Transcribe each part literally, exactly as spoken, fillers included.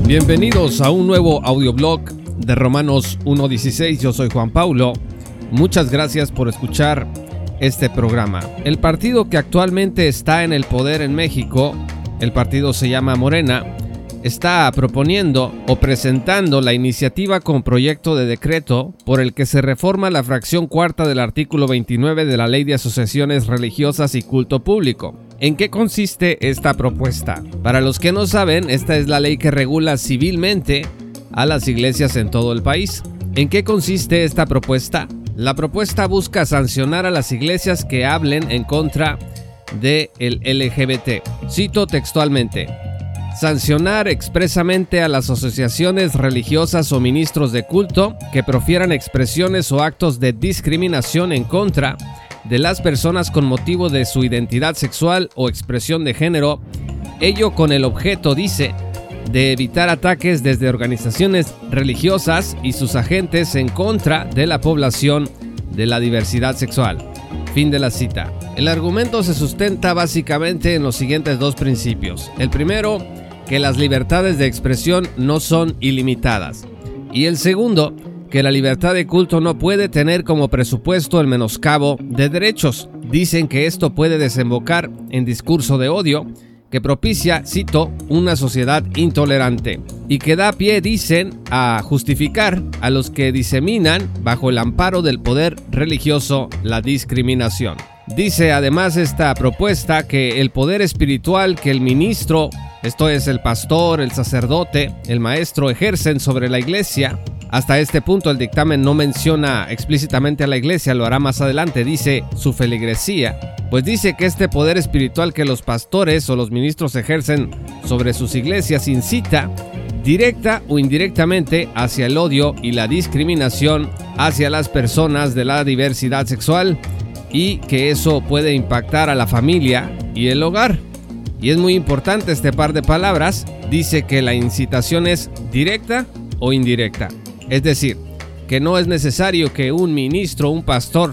Bienvenidos a un nuevo audioblog de Romanos uno dieciséis. Yo soy Juan Paulo. Muchas gracias por escuchar este programa. El partido que actualmente está en el poder en México, el partido se llama Morena, está proponiendo o presentando la iniciativa con proyecto de decreto por el que se reforma la fracción cuarta del artículo veintinueve de la Ley de Asociaciones Religiosas y Culto Público. ¿En qué consiste esta propuesta? Para los que no saben, esta es la ley que regula civilmente a las iglesias en todo el país. ¿En qué consiste esta propuesta? La propuesta busca sancionar a las iglesias que hablen en contra del L G B T. Cito textualmente: sancionar expresamente a las asociaciones religiosas o ministros de culto que profieran expresiones o actos de discriminación en contra de las personas con motivo de su identidad sexual o expresión de género, ello con el objeto, dice, de evitar ataques desde organizaciones religiosas y sus agentes en contra de la población de la diversidad sexual. Fin de la cita. El argumento se sustenta básicamente en los siguientes dos principios. El primero, que las libertades de expresión no son ilimitadas. Y el segundo, que la libertad de culto no puede tener como presupuesto el menoscabo de derechos. Dicen que esto puede desembocar en discurso de odio que propicia, cito, una sociedad intolerante y que da pie, dicen, a justificar a los que diseminan bajo el amparo del poder religioso la discriminación. Dice además esta propuesta que el poder espiritual que el ministro, esto es el pastor, el sacerdote, el maestro, ejercen sobre la iglesia. Hasta este punto el dictamen no menciona explícitamente a la iglesia, lo hará más adelante, dice su feligresía, pues dice que este poder espiritual que los pastores o los ministros ejercen sobre sus iglesias incita directa o indirectamente hacia el odio y la discriminación hacia las personas de la diversidad sexual y que eso puede impactar a la familia y el hogar. Y es muy importante este par de palabras, dice que la incitación es directa o indirecta. Es decir, que no es necesario que un ministro, un pastor,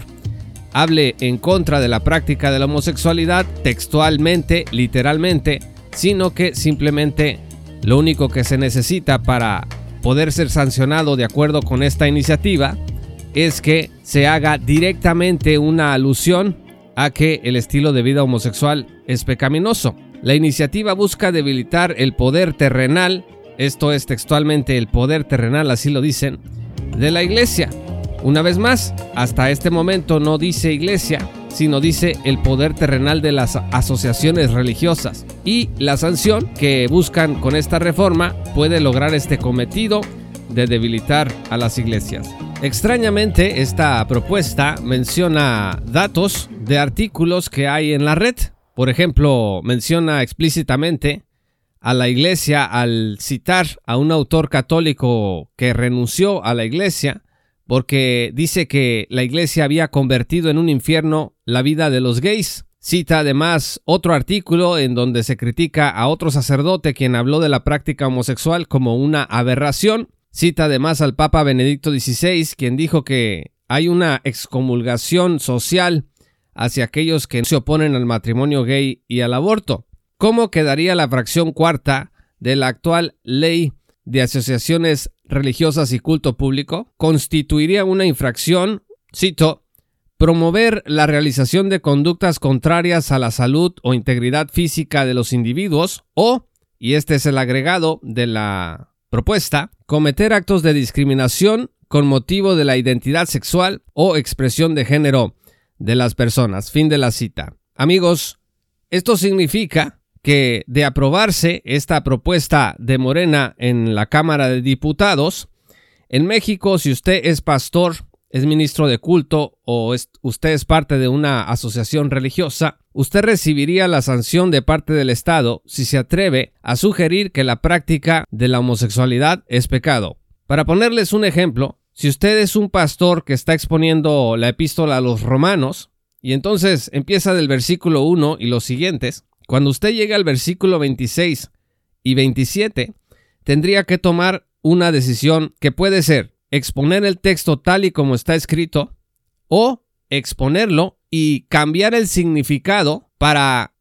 hable en contra de la práctica de la homosexualidad textualmente, literalmente, sino que simplemente lo único que se necesita para poder ser sancionado de acuerdo con esta iniciativa es que se haga directamente una alusión a que el estilo de vida homosexual es pecaminoso. La iniciativa busca debilitar el poder terrenal, esto es textualmente el poder terrenal, así lo dicen, de la iglesia. Una vez más, hasta este momento no dice iglesia, sino dice el poder terrenal de las asociaciones religiosas. Y la sanción que buscan con esta reforma puede lograr este cometido de debilitar a las iglesias. Extrañamente, esta propuesta menciona datos de artículos que hay en la red. Por ejemplo, menciona explícitamente a la iglesia al citar a un autor católico que renunció a la iglesia porque dice que la iglesia había convertido en un infierno la vida de los gays. Cita además otro artículo en donde se critica a otro sacerdote quien habló de la práctica homosexual como una aberración. Cita además al Papa Benedicto dieciséis, quien dijo que hay una excomulgación social hacia aquellos que se oponen al matrimonio gay y al aborto. ¿Cómo quedaría la fracción cuarta de la actual Ley de Asociaciones Religiosas y Culto Público? Constituiría una infracción, cito, promover la realización de conductas contrarias a la salud o integridad física de los individuos o, y este es el agregado de la propuesta, cometer actos de discriminación con motivo de la identidad sexual o expresión de género de las personas. Fin de la cita. Amigos, esto significa que de aprobarse esta propuesta de Morena en la Cámara de Diputados, en México, si usted es pastor, es ministro de culto o es, usted es parte de una asociación religiosa, usted recibiría la sanción de parte del Estado si se atreve a sugerir que la práctica de la homosexualidad es pecado. Para ponerles un ejemplo, si usted es un pastor que está exponiendo la epístola a los romanos, y entonces empieza del versículo uno y los siguientes, cuando usted llegue al versículo veintiséis y veintisiete, tendría que tomar una decisión que puede ser exponer el texto tal y como está escrito o exponerlo y cambiar el significado para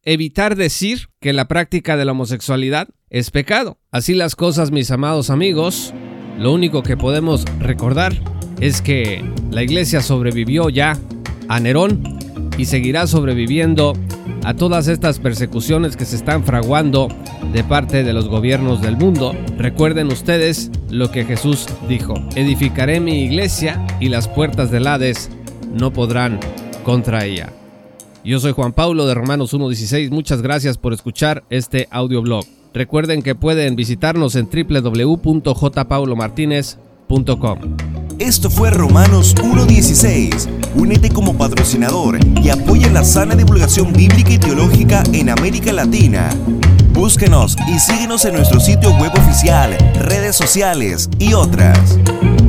evitar decir que la práctica de la homosexualidad es pecado. Así las cosas, mis amados amigos, lo único que podemos recordar es que la iglesia sobrevivió ya a Nerón y seguirá sobreviviendo a todas estas persecuciones que se están fraguando de parte de los gobiernos del mundo. Recuerden ustedes lo que Jesús dijo: edificaré mi iglesia y las puertas del Hades no podrán contra ella. Yo soy Juan Paulo de Romanos uno dieciséis. Muchas gracias por escuchar este audioblog. Recuerden que pueden visitarnos en doble u doble u doble u punto j paulo martínez punto com. Esto fue Romanos uno dieciséis. Únete como patrocinador y apoya la sana divulgación bíblica y teológica en América Latina. Búsquenos y síguenos en nuestro sitio web oficial, redes sociales y otras.